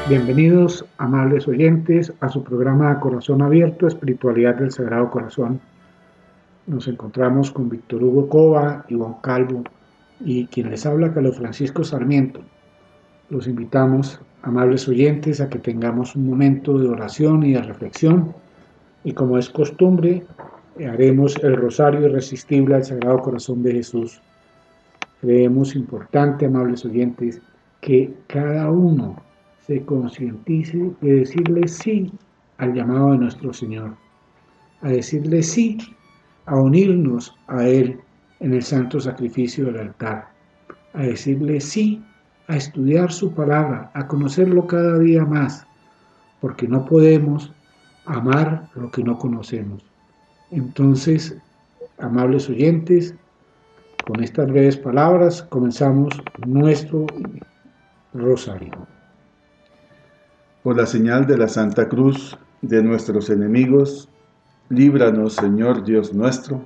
Bienvenidos, amables oyentes, a su programa Corazón Abierto, Espiritualidad del Sagrado Corazón. Nos encontramos con Víctor Hugo Cova, Iván Calvo y quien les habla, Carlos Francisco Sarmiento. Los invitamos, amables oyentes, a que tengamos un momento de oración y de reflexión y, como es costumbre, haremos el rosario irresistible al Sagrado Corazón de Jesús. Creemos importante, amables oyentes, que cada uno se concientice de decirle sí al llamado de nuestro Señor, a decirle sí a unirnos a Él en el santo sacrificio del altar, a decirle sí a estudiar su palabra, a conocerlo cada día más, porque no podemos amar lo que no conocemos. Entonces, amables oyentes, con estas breves palabras comenzamos nuestro rosario. Por la señal de la Santa Cruz de nuestros enemigos, líbranos, Señor Dios nuestro,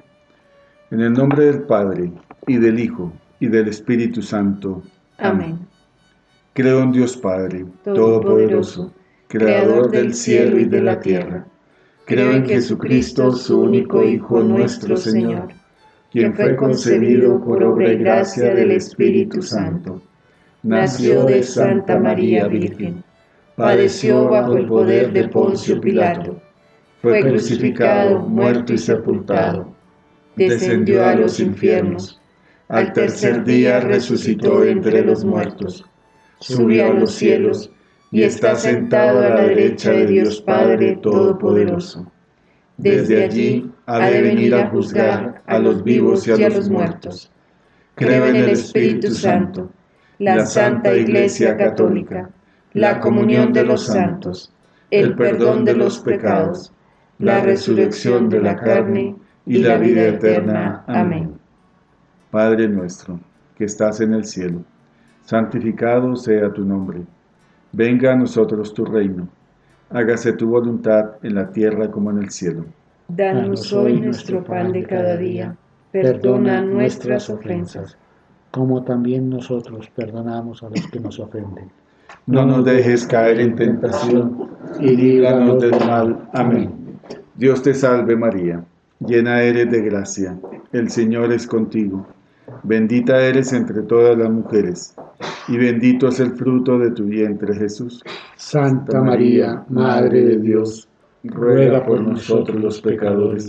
en el nombre del Padre, y del Hijo, y del Espíritu Santo. Amén. Creo en Dios Padre, Todopoderoso, Creador del cielo y de la tierra. Creo en Jesucristo, su único Hijo, nuestro Señor, quien fue concebido por obra y gracia del Espíritu Santo. Nació de Santa María Virgen. Padeció bajo el poder de Poncio Pilato. Fue crucificado, muerto y sepultado. Descendió a los infiernos. Al tercer día resucitó de entre los muertos. Subió a los cielos y está sentado a la derecha de Dios Padre Todopoderoso. Desde allí ha de venir a juzgar a los vivos y a los muertos. Creo en el Espíritu Santo, la Santa Iglesia Católica, la comunión de los santos, el perdón de los pecados, la resurrección de la carne y la vida eterna. Amén. Padre nuestro, que estás en el cielo, santificado sea tu nombre. Venga a nosotros tu reino. Hágase tu voluntad en la tierra como en el cielo. Danos hoy nuestro pan de cada día. Perdona nuestras ofensas, como también nosotros perdonamos a los que nos ofenden. No nos dejes caer en tentación, y líbranos del mal. Amén. Dios te salve María, llena eres de gracia, el Señor es contigo. Bendita eres entre todas las mujeres, y bendito es el fruto de tu vientre, Jesús. Santa María, Madre de Dios, ruega por nosotros los pecadores,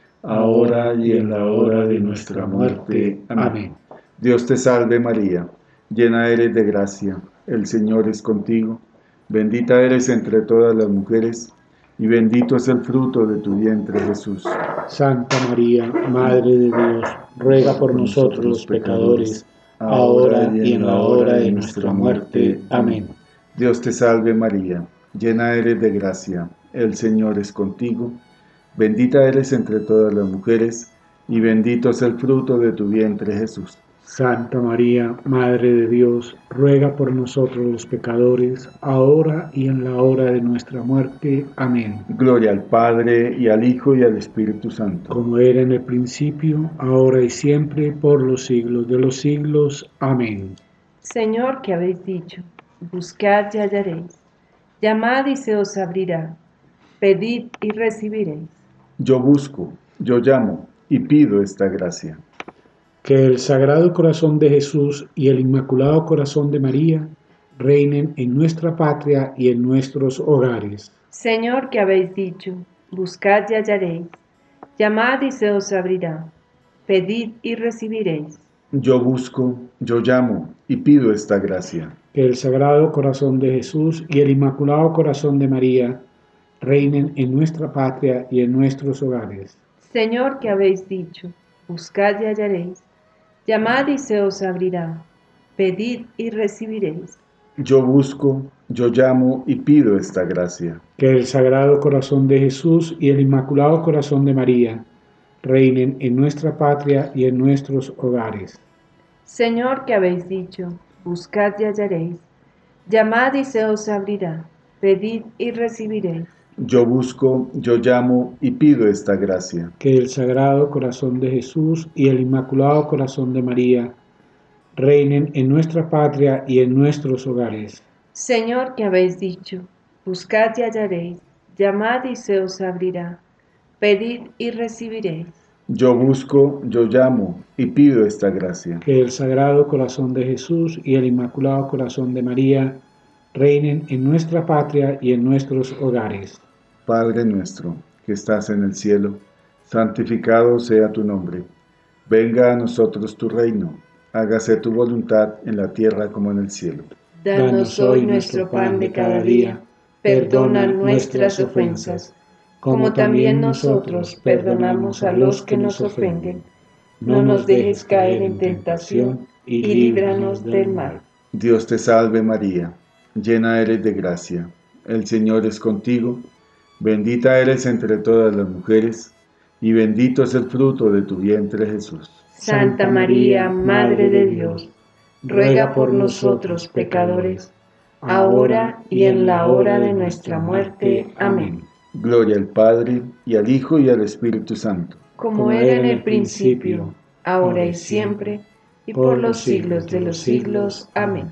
ahora y en la hora de nuestra muerte. Amén. Dios te salve María, llena eres de gracia, el Señor es contigo. Bendita eres entre todas las mujeres, y bendito es el fruto de tu vientre, Jesús. Santa María, Madre de Dios, ruega por nosotros los pecadores, ahora y en la hora de nuestra muerte. Amén. Dios te salve María, llena eres de gracia, el Señor es contigo. Bendita eres entre todas las mujeres, y bendito es el fruto de tu vientre, Jesús. Santa María, Madre de Dios, ruega por nosotros los pecadores, ahora y en la hora de nuestra muerte. Amén. Gloria al Padre, y al Hijo, y al Espíritu Santo. Como era en el principio, ahora y siempre, por los siglos de los siglos. Amén. Señor, que habéis dicho, buscad y hallaréis, llamad y se os abrirá, pedid y recibiréis. Yo busco, yo llamo, y pido esta gracia. Que el Sagrado Corazón de Jesús y el Inmaculado Corazón de María reinen en nuestra patria y en nuestros hogares. Señor, que habéis dicho, buscad y hallaréis, llamad y se os abrirá, pedid y recibiréis. Yo busco, yo llamo, y pido esta gracia. Que el Sagrado Corazón de Jesús y el Inmaculado Corazón de María reinen en nuestra patria y en nuestros hogares. Señor, que habéis dicho, buscad y hallaréis, llamad y se os abrirá, pedid y recibiréis. Yo busco, yo llamo y pido esta gracia. Que el Sagrado Corazón de Jesús y el Inmaculado Corazón de María reinen en nuestra patria y en nuestros hogares. Señor, que habéis dicho, buscad y hallaréis, llamad y se os abrirá, pedid y recibiréis. Yo busco, yo llamo y pido esta gracia. Que el Sagrado Corazón de Jesús y el Inmaculado Corazón de María reinen en nuestra patria y en nuestros hogares. Señor, que habéis dicho, buscad y hallaréis, llamad y se os abrirá, pedid y recibiréis. Yo busco, yo llamo y pido esta gracia. Que el Sagrado Corazón de Jesús y el Inmaculado Corazón de María reinen en nuestra patria y en nuestros hogares. Padre nuestro, que estás en el cielo, santificado sea tu nombre. Venga a nosotros tu reino. Hágase tu voluntad en la tierra como en el cielo. Danos hoy nuestro pan de cada día. Perdona nuestras ofensas, como también nosotros perdonamos a los que nos ofenden. No nos dejes caer en tentación y líbranos del mal. Dios te salve María, llena eres de gracia. El Señor es contigo. Bendita eres entre todas las mujeres, y bendito es el fruto de tu vientre Jesús. Santa María, Madre de Dios, ruega por nosotros pecadores, ahora y en la hora de nuestra muerte. Amén. Gloria al Padre, y al Hijo, y al Espíritu Santo. Como era en el principio, ahora y siempre, y por los siglos de los siglos. Amén.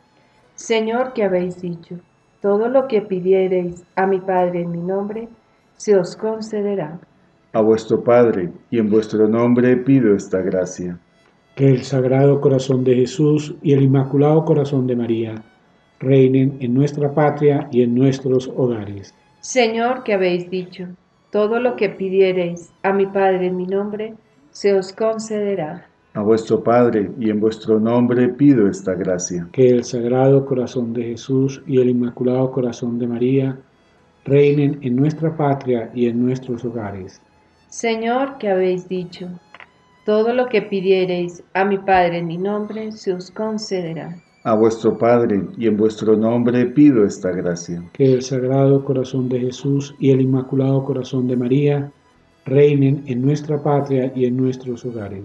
Señor, que habéis dicho, todo lo que pidiereis a mi Padre en mi nombre, se os concederá. A vuestro Padre, y en vuestro nombre pido esta gracia. Que el Sagrado Corazón de Jesús y el Inmaculado Corazón de María reinen en nuestra patria y en nuestros hogares. Señor, que habéis dicho, todo lo que pidiereis a mi Padre en mi nombre, se os concederá. A vuestro Padre, y en vuestro nombre pido esta gracia. Que el Sagrado Corazón de Jesús y el Inmaculado Corazón de María reinen en nuestra patria y en nuestros hogares. Señor, que habéis dicho, todo lo que pidiereis a mi Padre en mi nombre, se os concederá. A vuestro Padre, y en vuestro nombre pido esta gracia. Que el Sagrado Corazón de Jesús y el Inmaculado Corazón de María reinen en nuestra patria y en nuestros hogares.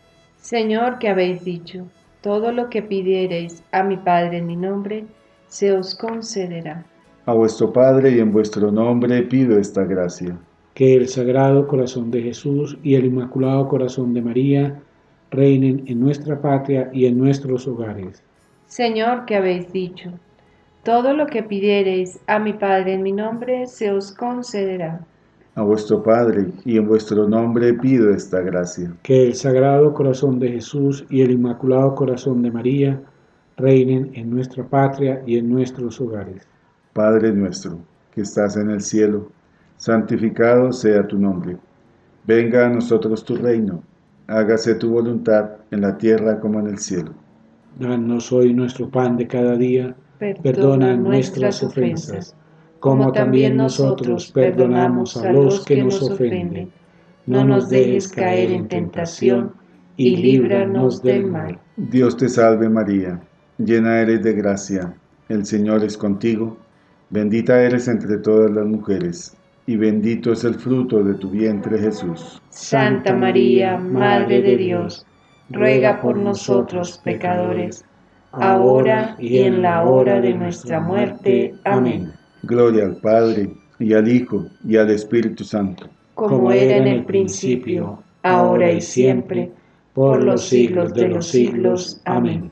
Señor, que habéis dicho, todo lo que pidiereis a mi Padre en mi nombre, se os concederá. A vuestro Padre, y en vuestro nombre pido esta gracia. Que el Sagrado Corazón de Jesús y el Inmaculado Corazón de María reinen en nuestra patria y en nuestros hogares. Señor, que habéis dicho, todo lo que pidiereis a mi Padre en mi nombre, se os concederá. A vuestro Padre, y en vuestro nombre pido esta gracia. Que el Sagrado Corazón de Jesús y el Inmaculado Corazón de María reinen en nuestra patria y en nuestros hogares. Padre nuestro, que estás en el cielo, santificado sea tu nombre. Venga a nosotros tu reino. Hágase tu voluntad en la tierra como en el cielo. Danos hoy nuestro pan de cada día. Perdona nuestras ofensas, como también nosotros perdonamos a los que nos ofenden. No nos dejes caer en tentación y líbranos del mal. Dios te salve María, llena eres de gracia. El Señor es contigo. Bendita eres entre todas las mujeres, y bendito es el fruto de tu vientre Jesús. Santa María, Madre de Dios, ruega por nosotros pecadores, ahora y en la hora de nuestra muerte. Amén. Gloria al Padre, y al Hijo, y al Espíritu Santo. Como era en el principio, ahora y siempre, por los siglos de los siglos. Amén.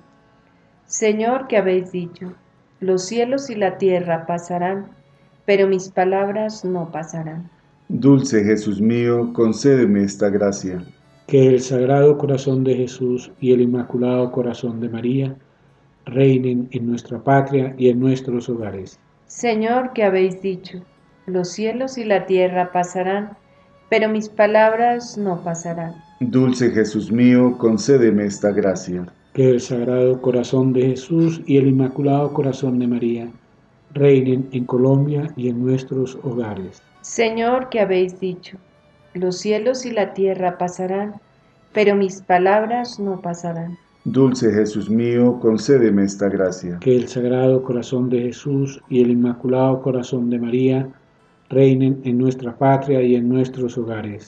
Señor, que habéis dicho, los cielos y la tierra pasarán, pero mis palabras no pasarán. Dulce Jesús mío, concédeme esta gracia. Que el Sagrado Corazón de Jesús y el Inmaculado Corazón de María reinen en nuestra patria y en nuestros hogares. Señor, que habéis dicho, los cielos y la tierra pasarán, pero mis palabras no pasarán. Dulce Jesús mío, concédeme esta gracia. Que el Sagrado Corazón de Jesús y el Inmaculado Corazón de María reinen en Colombia y en nuestros hogares. Señor, que habéis dicho, los cielos y la tierra pasarán, pero mis palabras no pasarán. Dulce Jesús mío, concédeme esta gracia. Que el Sagrado Corazón de Jesús y el Inmaculado Corazón de María reinen en nuestra patria y en nuestros hogares.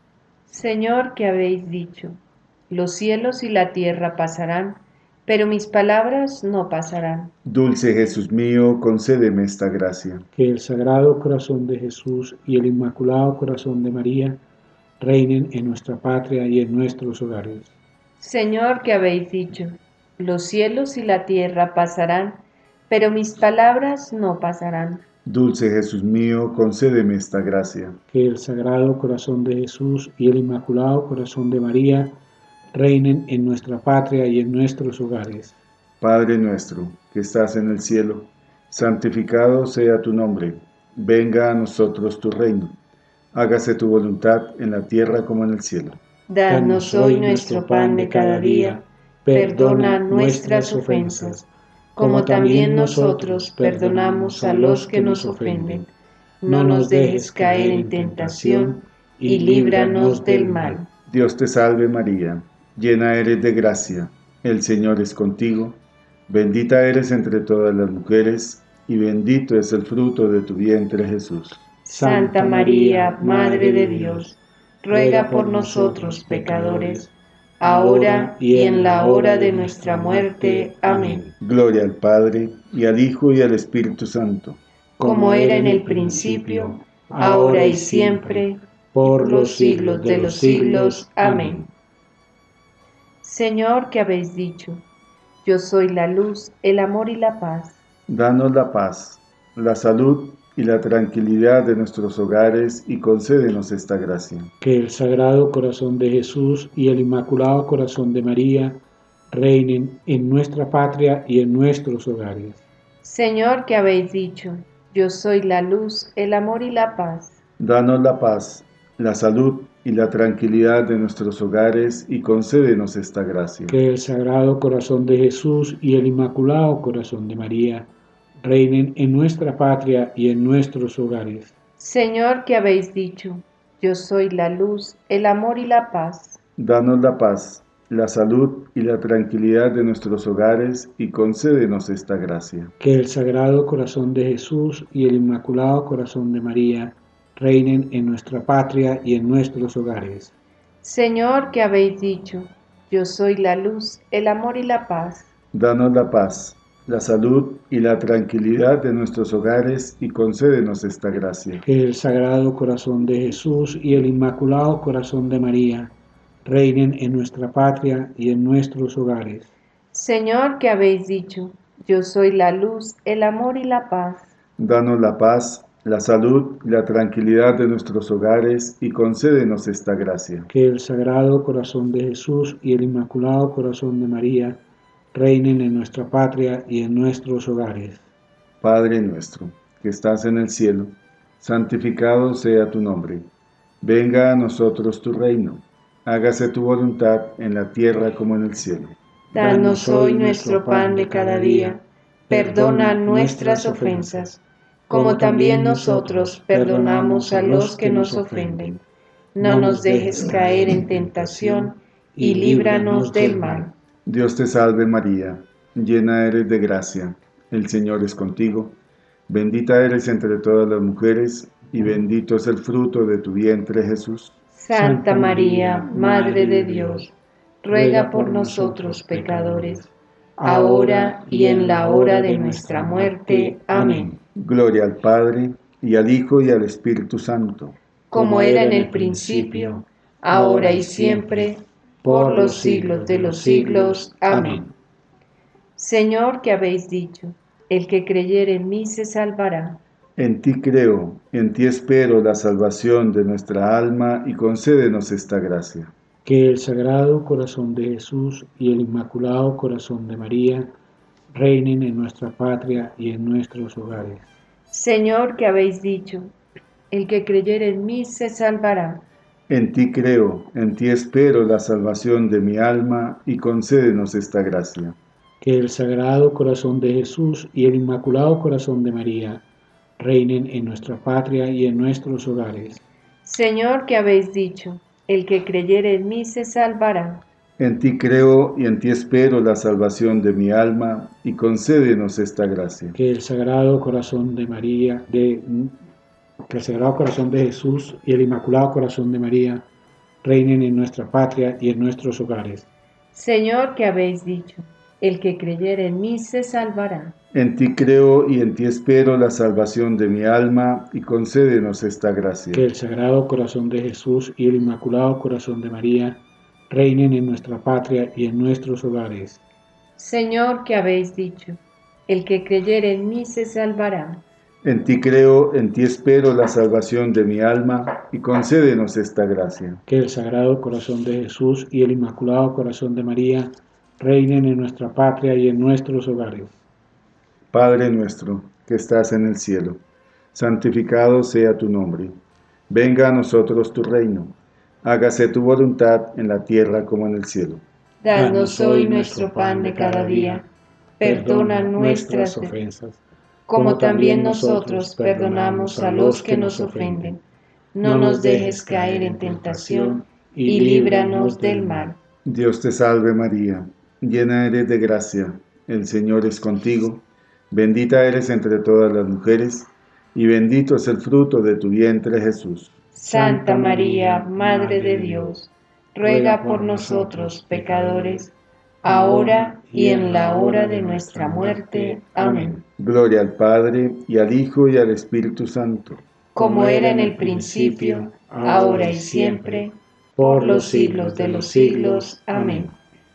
Señor, que habéis dicho, los cielos y la tierra pasarán, pero mis palabras no pasarán. Dulce Jesús mío, concédeme esta gracia. Que el Sagrado Corazón de Jesús y el Inmaculado Corazón de María reinen en nuestra patria y en nuestros hogares. Señor, que habéis dicho, los cielos y la tierra pasarán, pero mis palabras no pasarán. Dulce Jesús mío, concédeme esta gracia. Que el Sagrado Corazón de Jesús y el Inmaculado Corazón de María reinen en nuestra patria y en nuestros hogares. Padre nuestro, que estás en el cielo, santificado sea tu nombre. Venga a nosotros tu reino. Hágase tu voluntad en la tierra como en el cielo. Danos hoy nuestro pan de cada día. Perdona nuestras ofensas, como también nosotros perdonamos a los que nos ofenden. No nos dejes caer en tentación y líbranos del mal. Dios te salve María, llena eres de gracia, el Señor es contigo. Bendita eres entre todas las mujeres, y bendito es el fruto de tu vientre Jesús. Santa María, Madre de Dios, ruega por nosotros pecadores, ahora y en la hora de nuestra muerte. Amén. Gloria al Padre, y al Hijo, y al Espíritu Santo. Como era en el principio, ahora y siempre, por los siglos de los siglos. Amén. Señor, que habéis dicho: yo soy la luz, el amor y la paz. Danos la paz, la salud y la tranquilidad de nuestros hogares, y concédenos esta gracia. Que el Sagrado Corazón de Jesús y el Inmaculado Corazón de María reinen en nuestra patria y en nuestros hogares. Señor, que habéis dicho: yo soy la luz, el amor y la paz. Danos la paz, la salud y la tranquilidad de nuestros hogares, y concédenos esta gracia. Que el Sagrado Corazón de Jesús y el Inmaculado Corazón de María reinen en nuestra patria y en nuestros hogares. Señor, que habéis dicho: yo soy la luz, el amor y la paz. Danos la paz, la salud y la tranquilidad de nuestros hogares, y concédenos esta gracia. Que el Sagrado Corazón de Jesús y el Inmaculado Corazón de María reinen en nuestra patria y en nuestros hogares. Señor, que habéis dicho: yo soy la luz, el amor y la paz. Danos la paz, la salud y la tranquilidad de nuestros hogares, y concédenos esta gracia. Que el Sagrado Corazón de Jesús y el Inmaculado Corazón de María reinen en nuestra patria y en nuestros hogares. Señor, que habéis dicho: yo soy la luz, el amor y la paz. Danos la paz, la salud y la tranquilidad de nuestros hogares, y concédenos esta gracia. Que el Sagrado Corazón de Jesús y el Inmaculado Corazón de María reinen en nuestra patria y en nuestros hogares. Padre nuestro, que estás en el cielo, santificado sea tu nombre. Venga a nosotros tu reino. Hágase tu voluntad en la tierra como en el cielo. Danos hoy nuestro pan de cada día. Perdona nuestras ofensas, como también nosotros perdonamos a los que nos ofenden. No nos dejes caer en tentación y líbranos del mal. Dios te salve María, llena eres de gracia, el Señor es contigo. Bendita eres entre todas las mujeres, y bendito es el fruto de tu vientre Jesús. Santa María, Madre de Dios, ruega por nosotros pecadores, ahora y en la hora de nuestra muerte. Amén. Gloria al Padre, y al Hijo, y al Espíritu Santo. Como era en el principio, ahora y siempre, por los siglos de los siglos. Amén. Señor, que habéis dicho: el que creyere en mí se salvará. En ti creo, en ti espero la salvación de nuestra alma, y concédenos esta gracia. Que el Sagrado Corazón de Jesús y el Inmaculado Corazón de María reinen en nuestra patria y en nuestros hogares. Señor, que habéis dicho: el que creyere en mí se salvará. En ti creo, en ti espero la salvación de mi alma, y concédenos esta gracia. Que el Sagrado Corazón de Jesús y el Inmaculado Corazón de María reinen en nuestra patria y en nuestros hogares. Señor, que habéis dicho: el que creyere en mí se salvará. En ti creo y en ti espero la salvación de mi alma, y concédenos esta gracia. Que el Sagrado Corazón de María, que el Sagrado Corazón de Jesús y el Inmaculado Corazón de María reinen en nuestra patria y en nuestros hogares. Señor, que habéis dicho: el que creyere en mí se salvará. En ti creo y en ti espero la salvación de mi alma, y concédenos esta gracia. Que el Sagrado Corazón de Jesús y el Inmaculado Corazón de María reinen en nuestra patria y en nuestros hogares. Señor, que habéis dicho: El que creyere en mí se salvará. En ti creo, en ti espero la salvación de mi alma, y concédenos esta gracia. Que el Sagrado Corazón de Jesús y el Inmaculado Corazón de María reinen en nuestra patria y en nuestros hogares. Padre nuestro, que estás en el cielo, santificado sea tu nombre. Venga a nosotros tu reino. Hágase tu voluntad en la tierra como en el cielo. Danos hoy nuestro pan de cada día. Perdona nuestras ofensas, como también nosotros perdonamos a los que nos ofenden. No nos dejes caer en tentación y líbranos del mal. Dios te salve María, llena eres de gracia, el Señor es contigo. Bendita eres entre todas las mujeres, y bendito es el fruto de tu vientre Jesús. Santa María, Madre de Dios, ruega por nosotros pecadores, ahora y en la hora de nuestra muerte. Amén. Gloria al Padre, y al Hijo, y al Espíritu Santo. Como era en el principio, ahora y siempre, por los siglos de los siglos. Amén.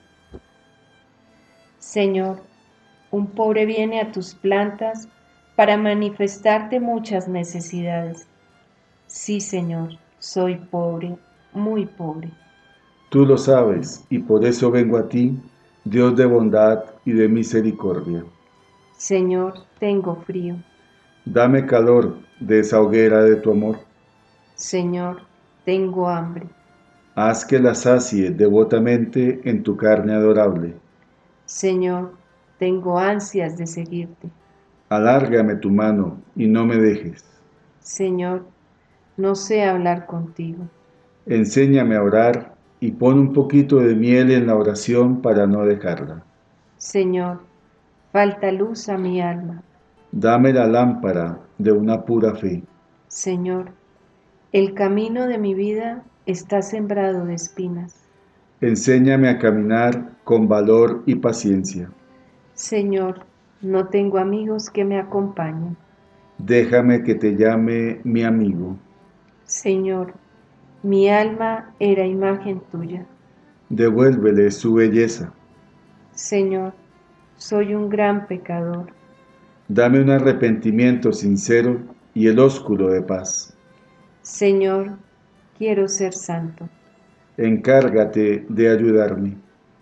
Señor, un pobre viene a tus plantas para manifestarte muchas necesidades. Sí, Señor, soy pobre, muy pobre. Tú lo sabes, y por eso vengo a ti, Dios de bondad y de misericordia. Señor, tengo frío. Dame calor de esa hoguera de tu amor. Señor, tengo hambre. Haz que la sacie devotamente en tu carne adorable. Señor, tengo ansias de seguirte. Alárgame tu mano y no me dejes. Señor, no sé hablar contigo. Enséñame a orar y pon un poquito de miel en la oración para no dejarla. Señor, falta luz a mi alma. Dame la lámpara de una pura fe. Señor, el camino de mi vida está sembrado de espinas. Enséñame a caminar con valor y paciencia. Señor, no tengo amigos que me acompañen. Déjame que te llame mi amigo. Señor, mi alma era imagen tuya. Devuélvele su belleza. Señor, soy un gran pecador. Dame un arrepentimiento sincero y el ósculo de paz. Señor, quiero ser santo. Encárgate de ayudarme.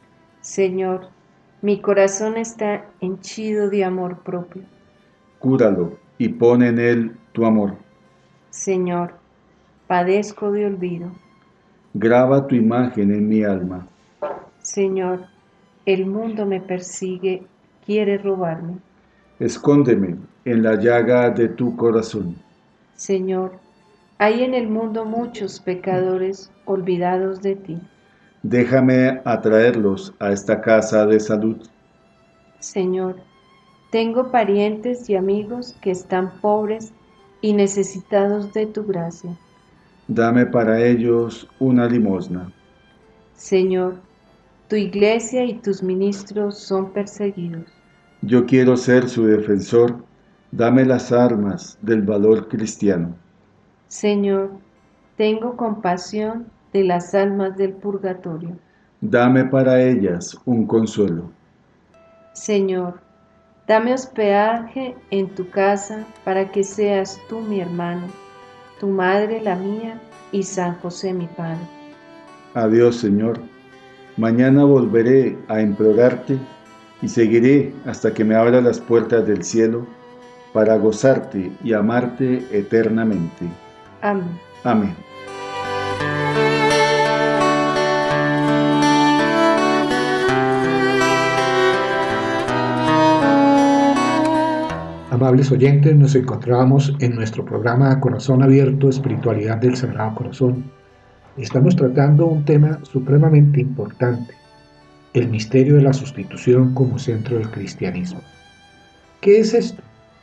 Señor, mi corazón está henchido de amor propio. Cúralo y pon en él tu amor. Señor, padezco de olvido. Graba tu imagen en mi alma. Señor, el mundo me persigue, quiere robarme. Escóndeme en la llaga de tu corazón. Señor, hay en el mundo muchos pecadores olvidados de ti. Déjame atraerlos a esta casa de salud. Señor, tengo parientes y amigos que están pobres y necesitados de tu gracia. Dame para ellos una limosna. Señor, tu iglesia y tus ministros son perseguidos. Yo quiero ser su defensor. Dame las armas del valor cristiano. Señor, tengo compasión de las almas del purgatorio. Dame para ellas un consuelo. Señor, dame hospedaje en tu casa para que seas tú mi hermano, tu madre la mía y San José mi Padre. Adiós, Señor. Mañana volveré a implorarte y seguiré hasta que me abra las puertas del cielo para gozarte y amarte eternamente. Amén. Amén. Amables oyentes, nos encontramos en nuestro programa Corazón Abierto, Espiritualidad del Sagrado Corazón. Estamos tratando un tema supremamente importante, el misterio de la sustitución como centro del cristianismo. ¿Qué es esto?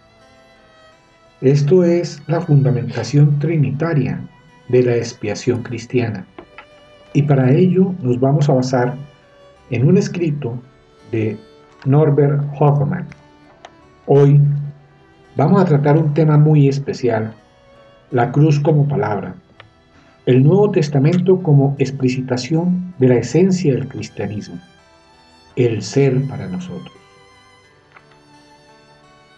Esto es la fundamentación trinitaria de la expiación cristiana. Y para ello nos vamos a basar en un escrito de Norbert Hoffmann. Hoy vamos a tratar un tema muy especial, la cruz como palabra, el Nuevo Testamento como explicitación de la esencia del cristianismo, el ser para nosotros.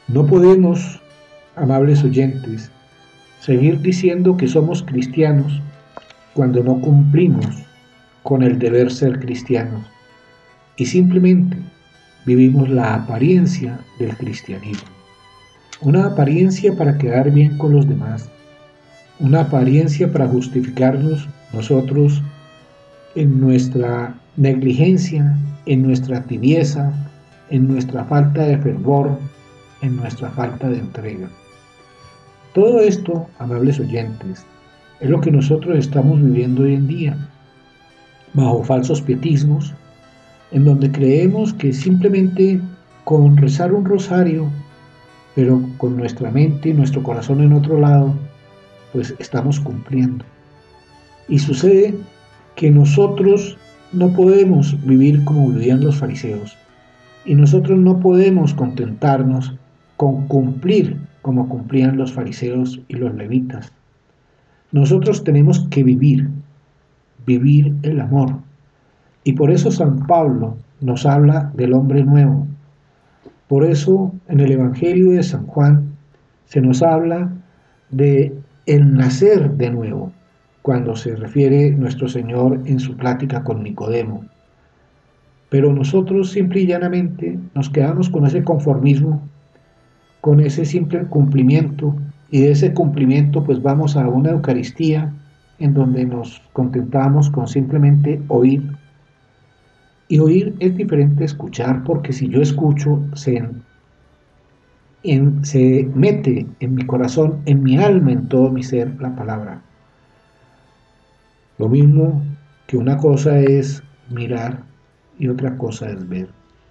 No podemos, amables oyentes, seguir diciendo que somos cristianos cuando no cumplimos con el deber ser cristianos y simplemente vivimos la apariencia del cristianismo. Una apariencia para quedar bien con los demás, una apariencia para justificarnos nosotros en nuestra negligencia, en nuestra tibieza, en nuestra falta de fervor, en nuestra falta de entrega. Todo esto, amables oyentes, es lo que nosotros estamos viviendo hoy en día, bajo falsos pietismos, en donde creemos que simplemente con rezar un rosario, pero con nuestra mente y nuestro corazón en otro lado, pues estamos cumpliendo. Y sucede que nosotros no podemos vivir como vivían los fariseos, y nosotros no podemos contentarnos con cumplir como cumplían los fariseos y los levitas. Nosotros tenemos que vivir el amor. Y por eso San Pablo nos habla del hombre nuevo. Por eso en el Evangelio de San Juan se nos habla de el nacer de nuevo, cuando se refiere nuestro Señor en su plática con Nicodemo. Pero nosotros simple y llanamente nos quedamos con ese conformismo, con ese simple cumplimiento, y de ese cumplimiento pues vamos a una Eucaristía en donde nos contentamos con simplemente oír. Y oír es diferente a escuchar, porque si yo escucho se mete en mi corazón, en mi alma, en todo mi ser la palabra. Lo mismo que una cosa es mirar y otra cosa es ver.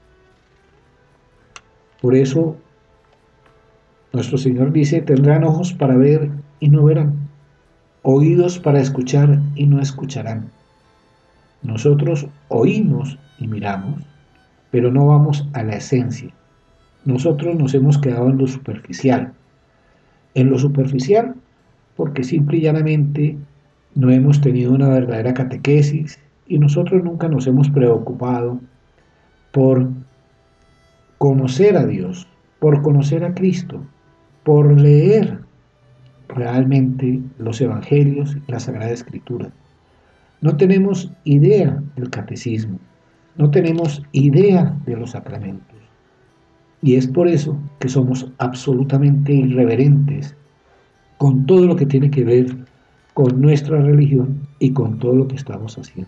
Por eso nuestro Señor dice, tendrán ojos para ver y no verán, oídos para escuchar y no escucharán. Nosotros oímos y miramos, pero no vamos a la esencia. Nosotros nos hemos quedado en lo superficial. En lo superficial porque simple y llanamente no hemos tenido una verdadera catequesis y nosotros nunca nos hemos preocupado por conocer a Dios, por conocer a Cristo, por leer realmente los evangelios y la Sagrada Escritura. No tenemos idea del catecismo, no tenemos idea de los sacramentos. Y es por eso que somos absolutamente irreverentes con todo lo que tiene que ver con nuestra religión y con todo lo que estamos haciendo.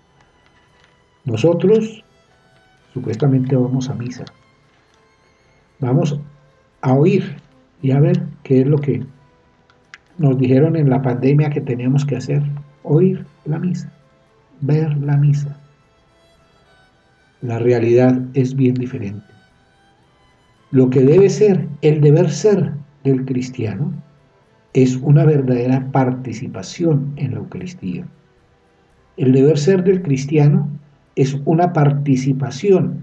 Nosotros supuestamente vamos a misa, vamos a oír y a ver qué es lo que nos dijeron en la pandemia que teníamos que hacer, oír la misa, ver la misa. La realidad es bien diferente. Lo que debe ser, el deber ser del cristiano, es una verdadera participación en la Eucaristía. El deber ser del cristiano es una participación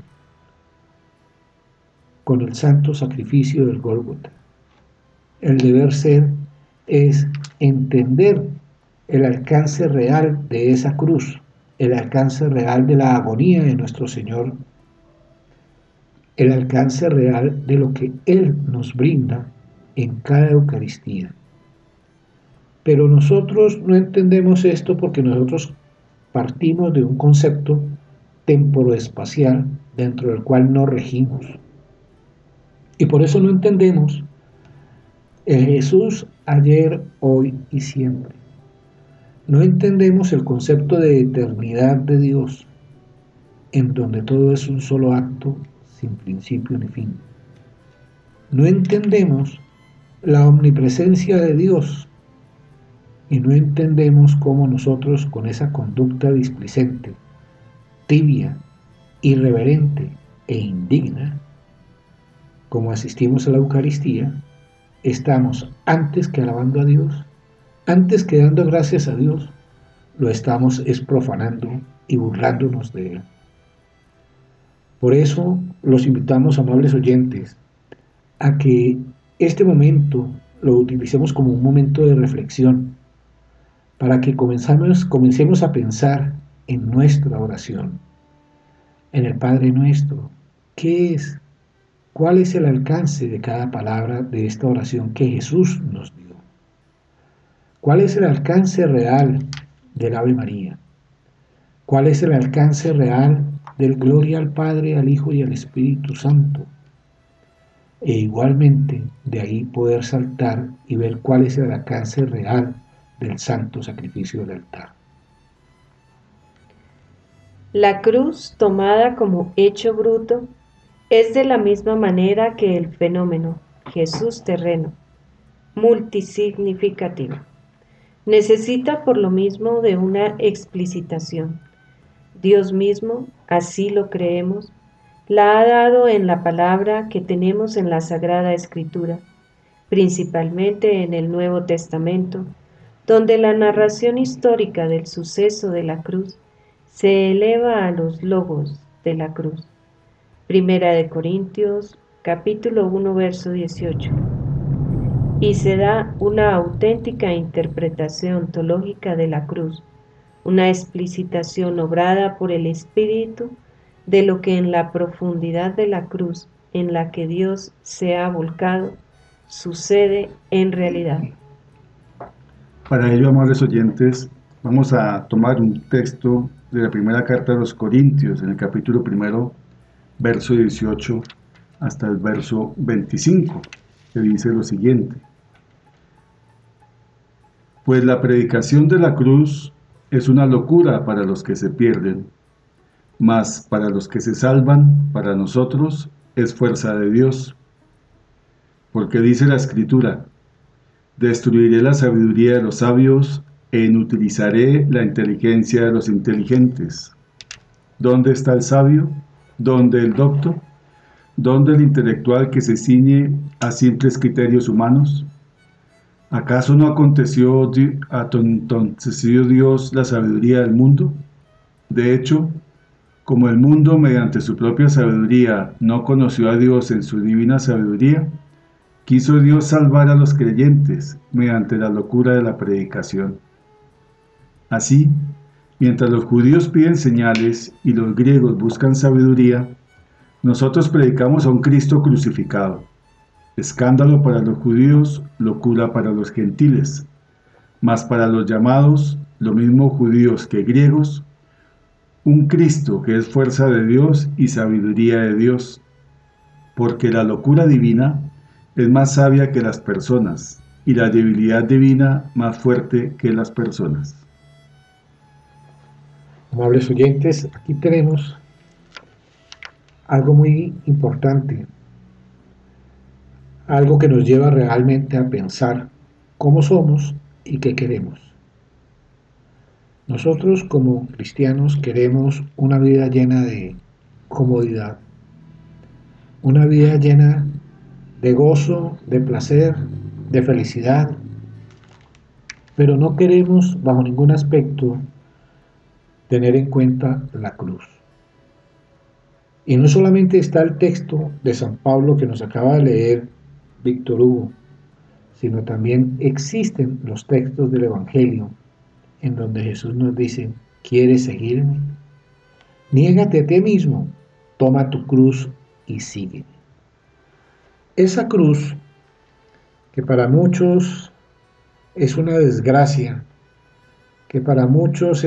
con el santo sacrificio del Gólgota. El deber ser es entender el alcance real de esa cruz, el alcance real de la agonía de nuestro Señor, el alcance real de lo que Él nos brinda en cada Eucaristía. Pero nosotros no entendemos esto porque nosotros partimos de un concepto temporoespacial dentro del cual nos regimos. Y por eso no entendemos el Jesús ayer, hoy y siempre. No entendemos el concepto de eternidad de Dios, en donde todo es un solo acto sin principio ni fin. No entendemos la omnipresencia de Dios y no entendemos cómo nosotros con esa conducta displicente, tibia, irreverente e indigna, como asistimos a la Eucaristía, estamos antes que alabando a Dios, antes que dando gracias a Dios, lo estamos profanando y burlándonos de Él. Por eso los invitamos, amables oyentes, a que este momento lo utilicemos como un momento de reflexión, para que comencemos a pensar en nuestra oración, en el Padre Nuestro. ¿Qué es? ¿Cuál es el alcance de cada palabra de esta oración que Jesús nos dio? ¿Cuál es el alcance real del Ave María? ¿Cuál es el alcance real del Gloria al Padre, al Hijo y al Espíritu Santo? E igualmente de ahí poder saltar y ver cuál es el alcance real del santo sacrificio del altar. La cruz, tomada como hecho bruto, es de la misma manera que el fenómeno Jesús terreno, multisignificativo. Necesita por lo mismo de una explicitación. Dios mismo, así lo creemos, la ha dado en la palabra que tenemos en la Sagrada Escritura, principalmente en el Nuevo Testamento, donde la narración histórica del suceso de la cruz se eleva a los logos de la cruz. Primera de Corintios, capítulo 1, verso 18. Y se da una auténtica interpretación teológica de la cruz, una explicitación obrada por el Espíritu de lo que en la profundidad de la cruz en la que Dios se ha volcado sucede en realidad. Para ello, amables oyentes, vamos a tomar un texto de la primera carta de los Corintios, en el capítulo 1, verso 18 hasta el verso 25, que dice lo siguiente: Pues la predicación de la cruz es una locura para los que se pierden, mas para los que se salvan, para nosotros, es fuerza de Dios. Porque dice la Escritura: Destruiré la sabiduría de los sabios e inutilizaré la inteligencia de los inteligentes. ¿Dónde está el sabio? ¿Dónde el docto? ¿Dónde el intelectual que se ciñe a simples criterios humanos? ¿Acaso no aconteció Dios la sabiduría del mundo? De hecho, como el mundo mediante su propia sabiduría no conoció a Dios en su divina sabiduría, quiso Dios salvar a los creyentes mediante la locura de la predicación. Así, mientras los judíos piden señales y los griegos buscan sabiduría, nosotros predicamos a un Cristo crucificado, escándalo para los judíos, locura para los gentiles, mas para los llamados, lo mismo judíos que griegos, un Cristo que es fuerza de Dios y sabiduría de Dios, porque la locura divina es más sabia que las personas, y la debilidad divina más fuerte que las personas. Amables oyentes, aquí tenemos algo muy importante, algo que nos lleva realmente a pensar cómo somos y qué queremos. Nosotros como cristianos queremos una vida llena de comodidad, una vida llena de gozo, de placer, de felicidad, pero no queremos bajo ningún aspecto tener en cuenta la cruz. Y no solamente está el texto de San Pablo que nos acaba de leer Víctor Hugo, sino también existen los textos del Evangelio en donde Jesús nos dice: ¿quieres seguirme? Niégate a ti mismo, toma tu cruz y sígueme. Esa cruz, que para muchos es una desgracia, que para muchos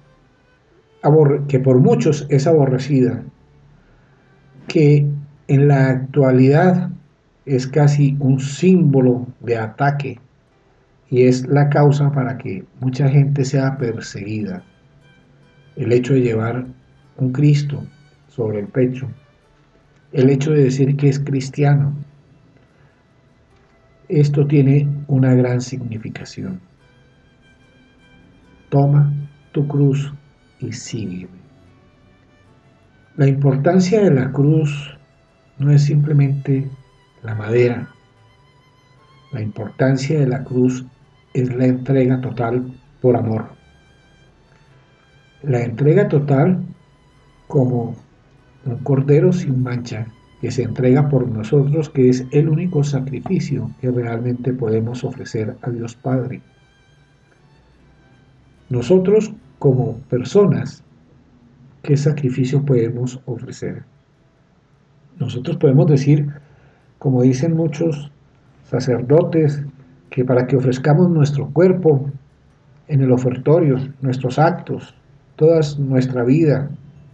que por muchos es aborrecida, que en la actualidad es casi un símbolo de ataque y es la causa para que mucha gente sea perseguida. El hecho de llevar un Cristo sobre el pecho, el hecho de decir que es cristiano, esto tiene una gran significación. Toma tu cruz y sígueme. La importancia de la cruz no es simplemente la madera. La importancia de la cruz es la entrega total por amor. La entrega total como un cordero sin mancha que se entrega por nosotros, que es el único sacrificio que realmente podemos ofrecer a Dios Padre. Nosotros como personas, ¿qué sacrificio podemos ofrecer? Nosotros podemos decir, como dicen muchos sacerdotes, que para que ofrezcamos nuestro cuerpo en el ofertorio, nuestros actos, toda nuestra vida,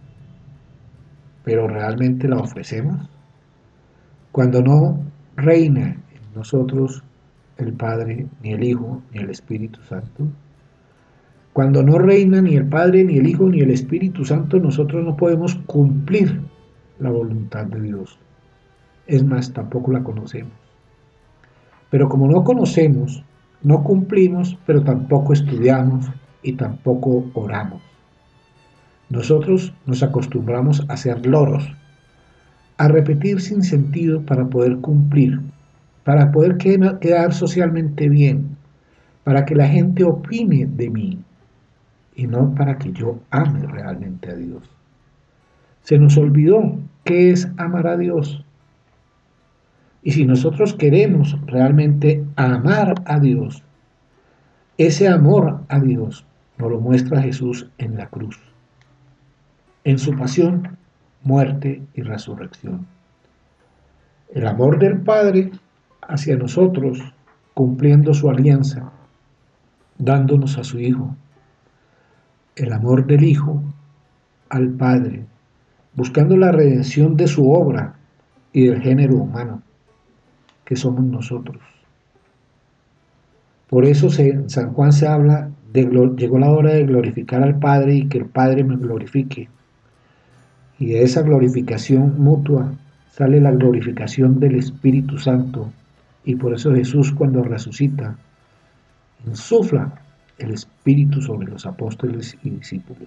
pero realmente la ofrecemos. Cuando no reina en nosotros el Padre, ni el Hijo, ni el Espíritu Santo, cuando no reina ni el Padre, ni el Hijo, ni el Espíritu Santo, nosotros no podemos cumplir la voluntad de Dios. Es más, tampoco la conocemos. Pero como no conocemos, no cumplimos, pero tampoco estudiamos y tampoco oramos. Nosotros nos acostumbramos a ser loros, a repetir sin sentido para poder cumplir, para poder quedar socialmente bien, para que la gente opine de mí y no para que yo ame realmente a Dios. Se nos olvidó qué es amar a Dios. Y si nosotros queremos realmente amar a Dios, ese amor a Dios nos lo muestra Jesús en la cruz, en su pasión, muerte y resurrección. El amor del Padre hacia nosotros, cumpliendo su alianza, dándonos a su Hijo. El amor del Hijo al Padre, buscando la redención de su obra y del género humano, que somos nosotros. Por eso en San Juan se habla de llegó la hora de glorificar al Padre y que el Padre me glorifique. Y de esa glorificación mutua sale la glorificación del Espíritu Santo. Y por eso Jesús, cuando resucita, insufla el Espíritu sobre los apóstoles y discípulos.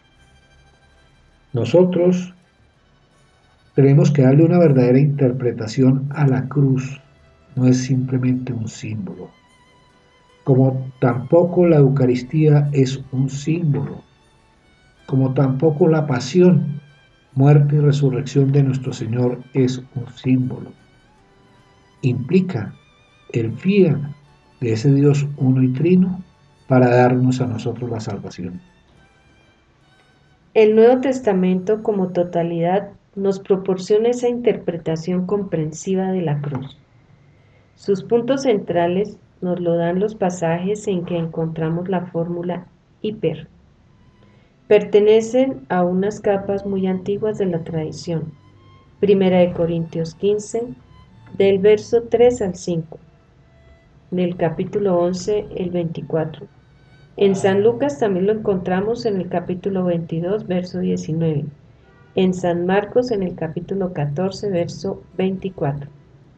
Nosotros tenemos que darle una verdadera interpretación a la cruz. No es simplemente un símbolo. Como tampoco la Eucaristía es un símbolo. Como tampoco la pasión, muerte y resurrección de nuestro Señor es un símbolo. Implica el fiat de ese Dios uno y trino para darnos a nosotros la salvación. El Nuevo Testamento como totalidad nos proporciona esa interpretación comprensiva de la cruz. Sus puntos centrales nos lo dan los pasajes en que encontramos la fórmula hiper. Pertenecen a unas capas muy antiguas de la tradición. 1 Corintios 15, del verso 3 al 5. En el capítulo 11, el 24. En San Lucas también lo encontramos en el capítulo 22, verso 19. En San Marcos en el capítulo 14, verso 24.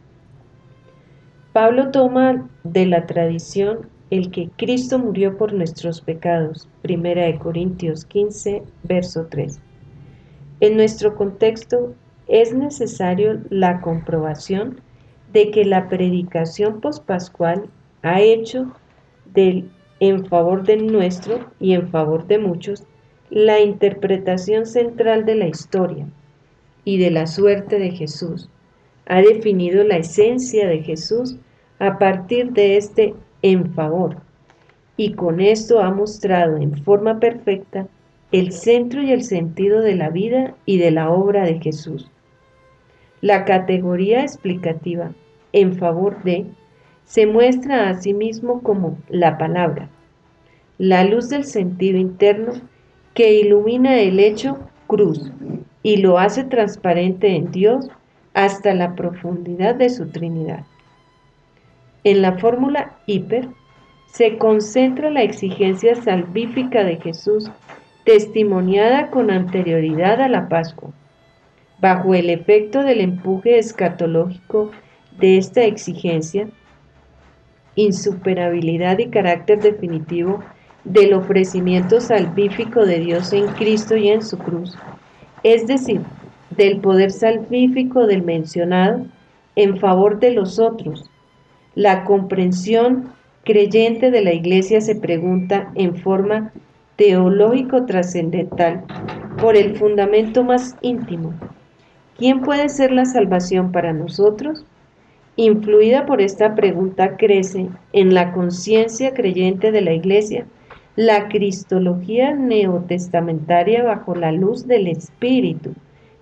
Pablo toma de la tradición el que Cristo murió por nuestros pecados. 1 Corintios 15, verso 3. En nuestro contexto es necesario la comprobación de que la predicación pospascual ha hecho en favor del nuestro y en favor de muchos la interpretación central de la historia y de la suerte de Jesús. Ha definido la esencia de Jesús a partir de este en favor, y con esto ha mostrado en forma perfecta el centro y el sentido de la vida y de la obra de Jesús. La categoría explicativa en favor de se muestra a sí mismo como la palabra, la luz del sentido interno que ilumina el hecho cruz y lo hace transparente en Dios hasta la profundidad de su Trinidad. En la fórmula hiper se concentra la exigencia salvífica de Jesús, testimoniada con anterioridad a la Pascua. Bajo el efecto del empuje escatológico de esta exigencia, insuperabilidad y carácter definitivo del ofrecimiento salvífico de Dios en Cristo y en su cruz, es decir, del poder salvífico del mencionado en favor de los otros. La comprensión creyente de la Iglesia se pregunta en forma teológico-trascendental por el fundamento más íntimo: ¿quién puede ser la salvación para nosotros? Influida por esta pregunta crece en la conciencia creyente de la Iglesia la cristología neotestamentaria bajo la luz del Espíritu,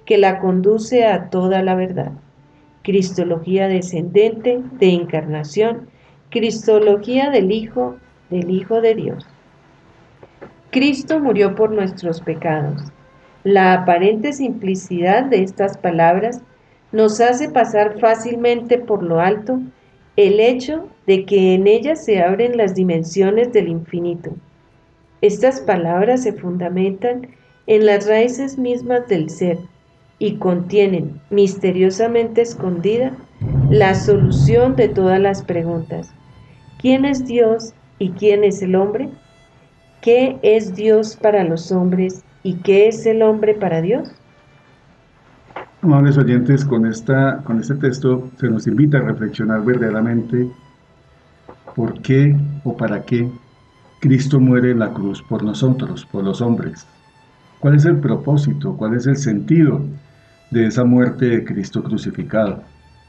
que la conduce a toda la verdad. Cristología descendente de encarnación, Cristología del Hijo de Dios. Cristo murió por nuestros pecados. La aparente simplicidad de estas palabras nos hace pasar fácilmente por lo alto el hecho de que en ellas se abren las dimensiones del infinito. Estas palabras se fundamentan en las raíces mismas del ser y contienen, misteriosamente escondida, la solución de todas las preguntas. ¿Quién es Dios y quién es el hombre? ¿Qué es Dios para los hombres y qué es el hombre para Dios? Amables oyentes, con este texto se nos invita a reflexionar verdaderamente por qué o para qué Cristo muere en la cruz por nosotros, por los hombres. ¿Cuál es el propósito? ¿Cuál es el sentido de esa muerte de Cristo crucificado?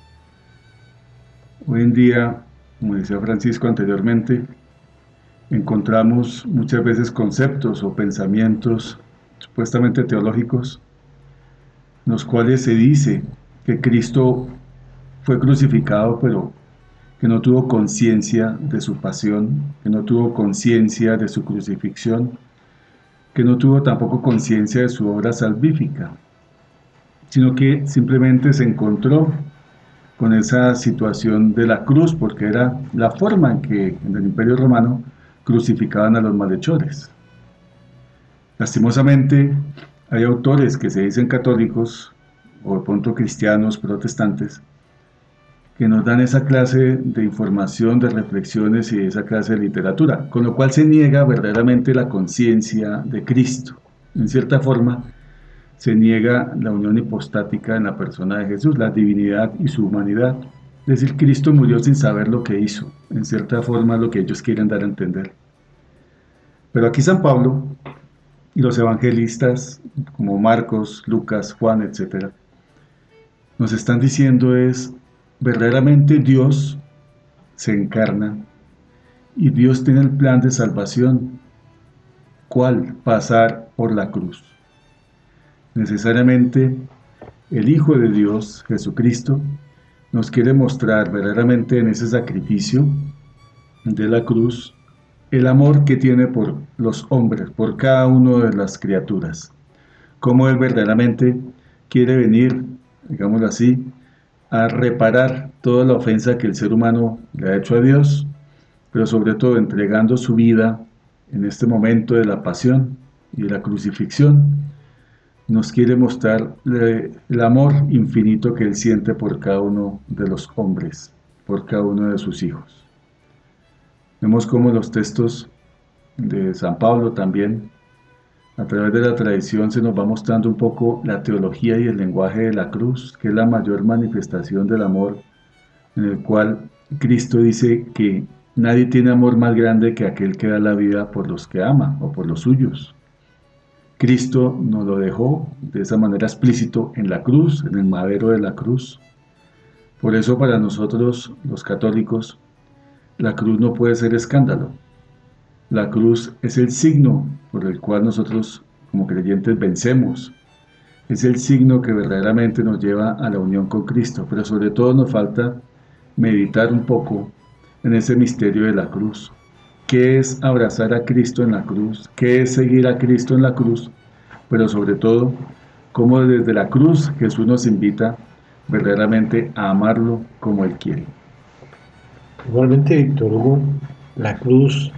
Hoy en día, como decía Francisco anteriormente, encontramos muchas veces conceptos o pensamientos supuestamente teológicos, en los cuales se dice que Cristo fue crucificado, pero que no tuvo conciencia de su pasión, que no tuvo conciencia de su crucifixión, que no tuvo tampoco conciencia de su obra salvífica, sino que simplemente se encontró con esa situación de la cruz, porque era la forma en que en el Imperio Romano crucificaban a los malhechores. Lastimosamente, hay autores que se dicen católicos, o de pronto cristianos, protestantes, que nos dan esa clase de información, de reflexiones y esa clase de literatura, con lo cual se niega verdaderamente la conciencia de Cristo. En cierta forma, se niega la unión hipostática en la persona de Jesús, la divinidad y su humanidad. Es decir, Cristo murió sin saber lo que hizo, en cierta forma lo que ellos quieren dar a entender. Pero aquí San Pablo y los evangelistas como Marcos, Lucas, Juan, etc., nos están diciendo es, verdaderamente Dios se encarna y Dios tiene el plan de salvación. ¿Cuál? Pasar por la cruz. Necesariamente el Hijo de Dios, Jesucristo, nos quiere mostrar verdaderamente en ese sacrificio de la cruz el amor que tiene por los hombres, por cada una de las criaturas. Cómo Él verdaderamente quiere venir, digámoslo así, a reparar toda la ofensa que el ser humano le ha hecho a Dios, pero sobre todo entregando su vida en este momento de la pasión y de la crucifixión, nos quiere mostrar el amor infinito que Él siente por cada uno de los hombres, por cada uno de sus hijos. Vemos cómo los textos de San Pablo también, a través de la tradición, se nos va mostrando un poco la teología y el lenguaje de la cruz, que es la mayor manifestación del amor, en el cual Cristo dice que nadie tiene amor más grande que aquel que da la vida por los que ama o por los suyos. Cristo nos lo dejó de esa manera explícito en la cruz, en el madero de la cruz. Por eso para nosotros, los católicos, la cruz no puede ser escándalo. La cruz es el signo por el cual nosotros como creyentes vencemos. Es el signo que verdaderamente nos lleva a la unión con Cristo, pero sobre todo nos falta meditar un poco en ese misterio de la cruz. ¿Qué es abrazar a Cristo en la cruz? ¿Qué es seguir a Cristo en la cruz? Pero sobre todo, cómo desde la cruz Jesús nos invita verdaderamente a amarlo como Él quiere. Igualmente, Víctor Hugo, la cruz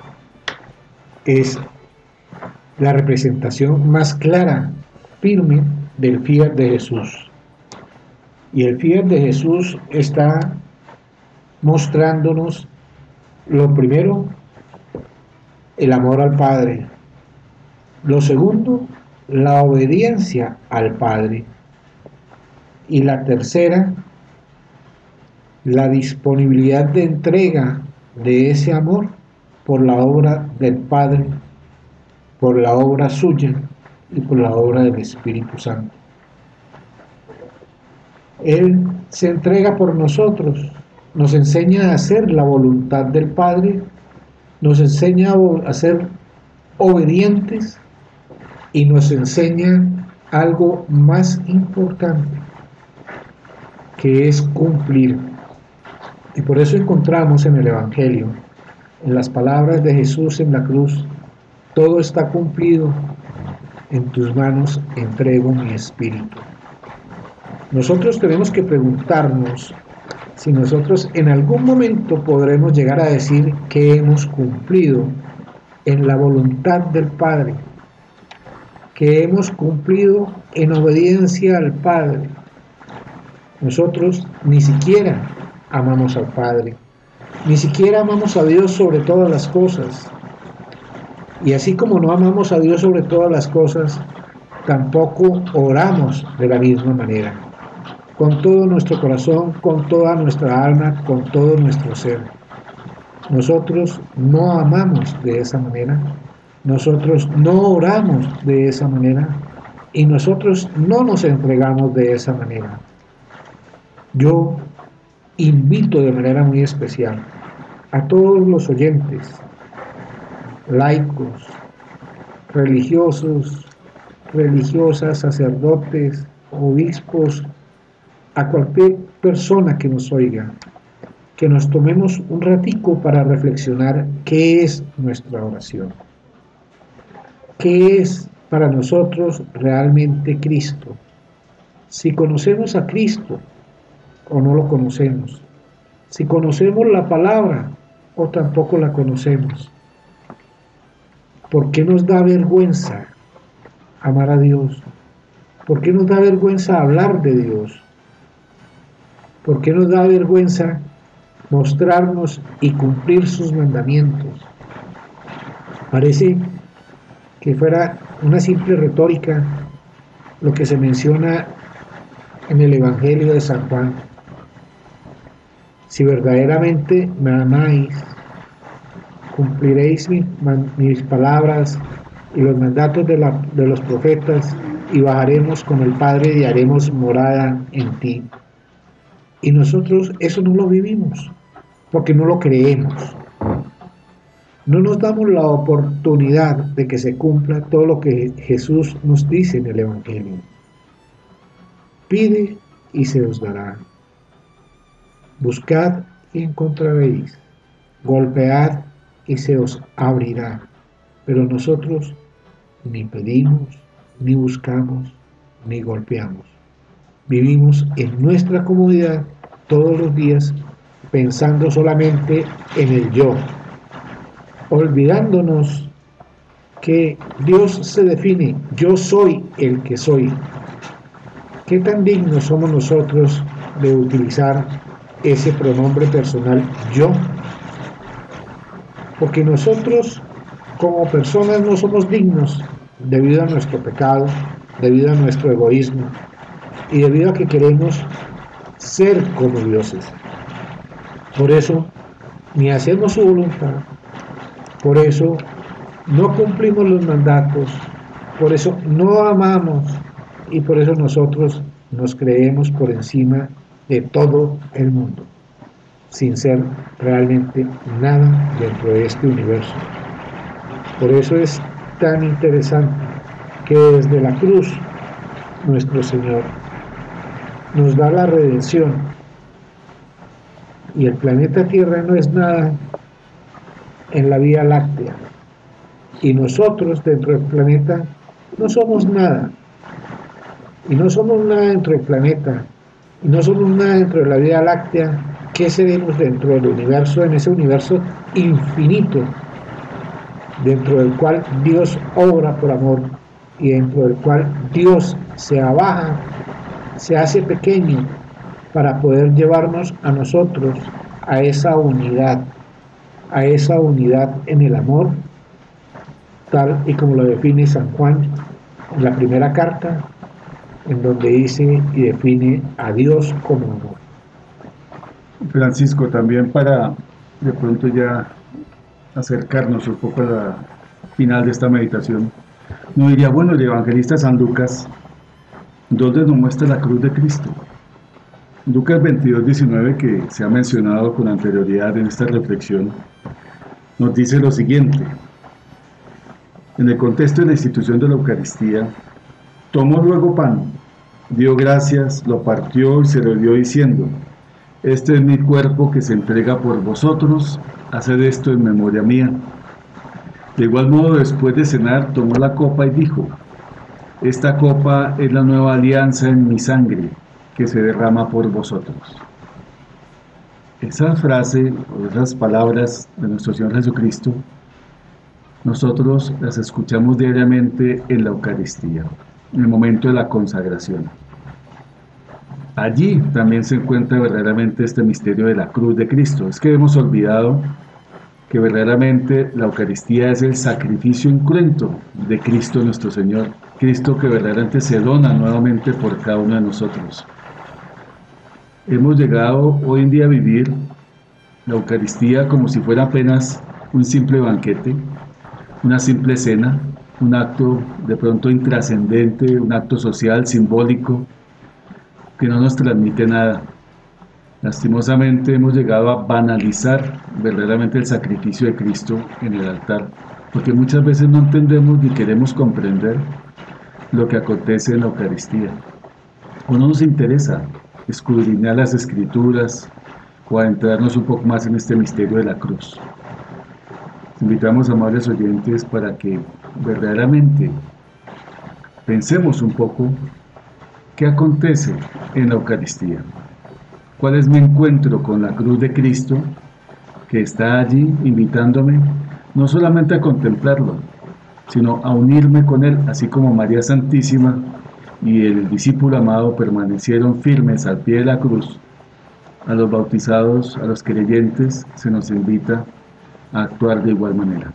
es la representación más clara, firme del fiat de Jesús. Y el fiat de Jesús está mostrándonos, lo primero, el amor al Padre. Lo segundo, la obediencia al Padre. Y la tercera, la disponibilidad de entrega de ese amor por la obra del Padre, por la obra suya y por la obra del Espíritu Santo. Él se entrega por nosotros, nos enseña a hacer la voluntad del Padre, nos enseña a ser obedientes y nos enseña algo más importante, que es cumplir. Y por eso encontramos en el Evangelio, en las palabras de Jesús en la cruz: todo está cumplido, en tus manos entrego mi espíritu. Nosotros tenemos que preguntarnos si nosotros en algún momento podremos llegar a decir que hemos cumplido en la voluntad del Padre, que hemos cumplido en obediencia al Padre. Nosotros ni siquiera amamos al Padre, ni siquiera amamos a Dios sobre todas las cosas. Y así como no amamos a Dios sobre todas las cosas, tampoco oramos de la misma manera, con todo nuestro corazón, con toda nuestra alma, con todo nuestro ser. Nosotros no amamos de esa manera, nosotros no oramos de esa manera y nosotros no nos entregamos de esa manera. Yo invito de manera muy especial a todos los oyentes, laicos, religiosos, religiosas, sacerdotes, obispos, a cualquier persona que nos oiga, que nos tomemos un ratico para reflexionar qué es nuestra oración, qué es para nosotros realmente Cristo, si conocemos a Cristo o no lo conocemos, si conocemos la palabra o tampoco la conocemos. ¿Por qué nos da vergüenza amar a Dios? ¿Por qué nos da vergüenza hablar de Dios? ¿Por qué nos da vergüenza mostrarnos y cumplir sus mandamientos? Parece que fuera una simple retórica lo que se menciona en el Evangelio de San Juan. Si verdaderamente me amáis, cumpliréis mis palabras y los mandatos de los profetas, y bajaremos con el Padre y haremos morada en ti. Y nosotros eso no lo vivimos, porque no lo creemos. No nos damos la oportunidad de que se cumpla todo lo que Jesús nos dice en el Evangelio. Pide y se os dará. Buscad y encontraréis. Golpead y se os abrirá. Pero nosotros ni pedimos, ni buscamos, ni golpeamos. Vivimos en nuestra comodidad todos los días pensando solamente en el yo, olvidándonos que Dios se define: yo soy el que soy. ¿Qué tan dignos somos nosotros de utilizar ese pronombre personal yo? Porque nosotros como personas no somos dignos debido a nuestro pecado, debido a nuestro egoísmo y debido a que queremos ser como dioses. Por eso ni hacemos su voluntad, por eso no cumplimos los mandatos, por eso no amamos y por eso nosotros nos creemos por encima de todo el mundo, sin ser realmente nada dentro de este universo. Por eso es tan interesante que desde la cruz nuestro Señor nos da la redención, y el planeta Tierra no es nada en la Vía Láctea, y nosotros dentro del planeta no somos nada, y no somos nada dentro del planeta, y no somos nada dentro de la Vía Láctea. ¿Qué seremos dentro del universo, en ese universo infinito, dentro del cual Dios obra por amor y dentro del cual Dios se abaja, se hace pequeño para poder llevarnos a nosotros a esa unidad en el amor, tal y como lo define San Juan en la primera carta, en donde dice y define a Dios como amor. Francisco, también para de pronto ya acercarnos un poco a la final de esta meditación, nos diría, bueno, el evangelista San Lucas, ¿dónde nos muestra la cruz de Cristo? Lucas 22:19, que se ha mencionado con anterioridad en esta reflexión, nos dice lo siguiente: en el contexto de la institución de la Eucaristía, Tomó luego pan, dio gracias, lo partió y se lo dio diciendo: este es mi cuerpo que se entrega por vosotros, haced esto en memoria mía. De igual modo, después de cenar, tomó la copa y dijo: esta copa es la nueva alianza en mi sangre, que se derrama por vosotros. Esa frase, o esas palabras de nuestro Señor Jesucristo, nosotros las escuchamos diariamente en la Eucaristía, en el momento de la consagración. Allí también se encuentra verdaderamente este misterio de la cruz de Cristo. Es que hemos olvidado que verdaderamente la Eucaristía es el sacrificio incruento de Cristo nuestro Señor, Cristo que verdaderamente se dona nuevamente por cada uno de nosotros. Hemos llegado hoy en día a vivir la Eucaristía como si fuera apenas un simple banquete, una simple cena, un acto de pronto intrascendente, un acto social, simbólico, que no nos transmite nada. Lastimosamente hemos llegado a banalizar verdaderamente el sacrificio de Cristo en el altar, porque muchas veces no entendemos ni queremos comprender lo que acontece en la Eucaristía. O no nos interesa escudriñar las Escrituras o adentrarnos un poco más en este misterio de la cruz. Invitamos, amables oyentes, para que verdaderamente pensemos un poco qué acontece en la Eucaristía. ¿Cuál es mi encuentro con la cruz de Cristo que está allí invitándome no solamente a contemplarlo, sino a unirme con Él, así como María Santísima y el discípulo amado permanecieron firmes al pie de la cruz? A los bautizados, a los creyentes, se nos invita a actuar de igual manera.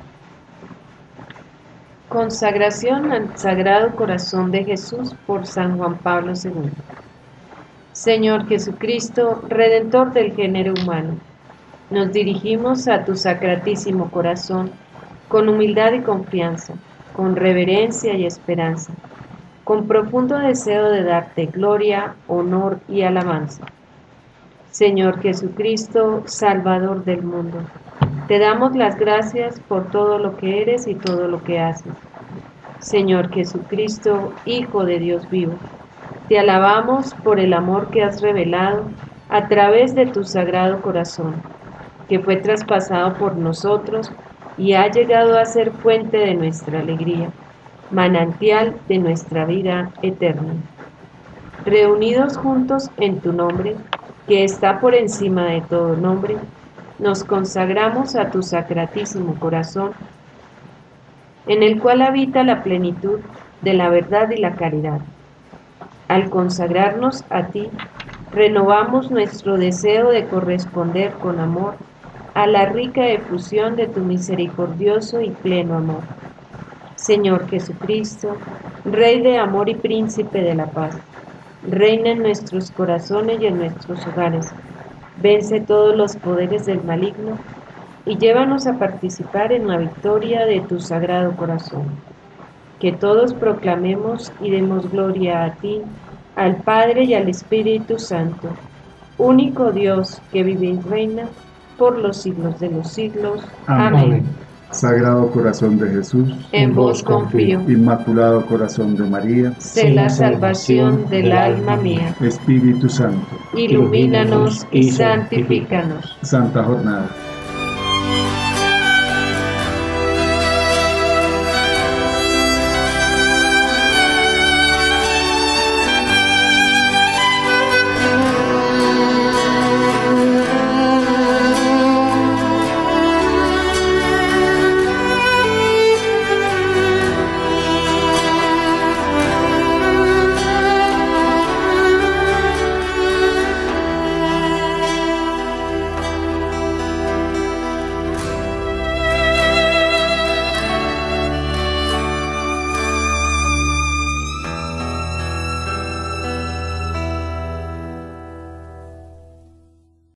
Consagración al Sagrado Corazón de Jesús por San Juan Pablo II. Señor Jesucristo, Redentor del género humano, nos dirigimos a tu sacratísimo corazón con humildad y confianza, con reverencia y esperanza, con profundo deseo de darte gloria, honor y alabanza. Señor Jesucristo, Salvador del mundo, te damos las gracias por todo lo que eres y todo lo que haces. Señor Jesucristo, Hijo de Dios vivo, te alabamos por el amor que has revelado a través de tu Sagrado Corazón, que fue traspasado por nosotros y ha llegado a ser fuente de nuestra alegría, manantial de nuestra vida eterna. Reunidos juntos en tu nombre, que está por encima de todo nombre, nos consagramos a tu sacratísimo corazón, en el cual habita la plenitud de la verdad y la caridad. Al consagrarnos a ti, renovamos nuestro deseo de corresponder con amor a la rica efusión de tu misericordioso y pleno amor. Señor Jesucristo, Rey de amor y Príncipe de la paz, reina en nuestros corazones y en nuestros hogares. Vence todos los poderes del maligno y llévanos a participar en la victoria de tu Sagrado Corazón. Que todos proclamemos y demos gloria a ti, al Padre y al Espíritu Santo, único Dios que vive y reina por los siglos de los siglos. Amén. Sagrado Corazón de Jesús, en vos confío. Inmaculado Corazón de María, sé la salvación del alma mía. Espíritu Santo, ilumínanos y santifícanos. Santa Jornada.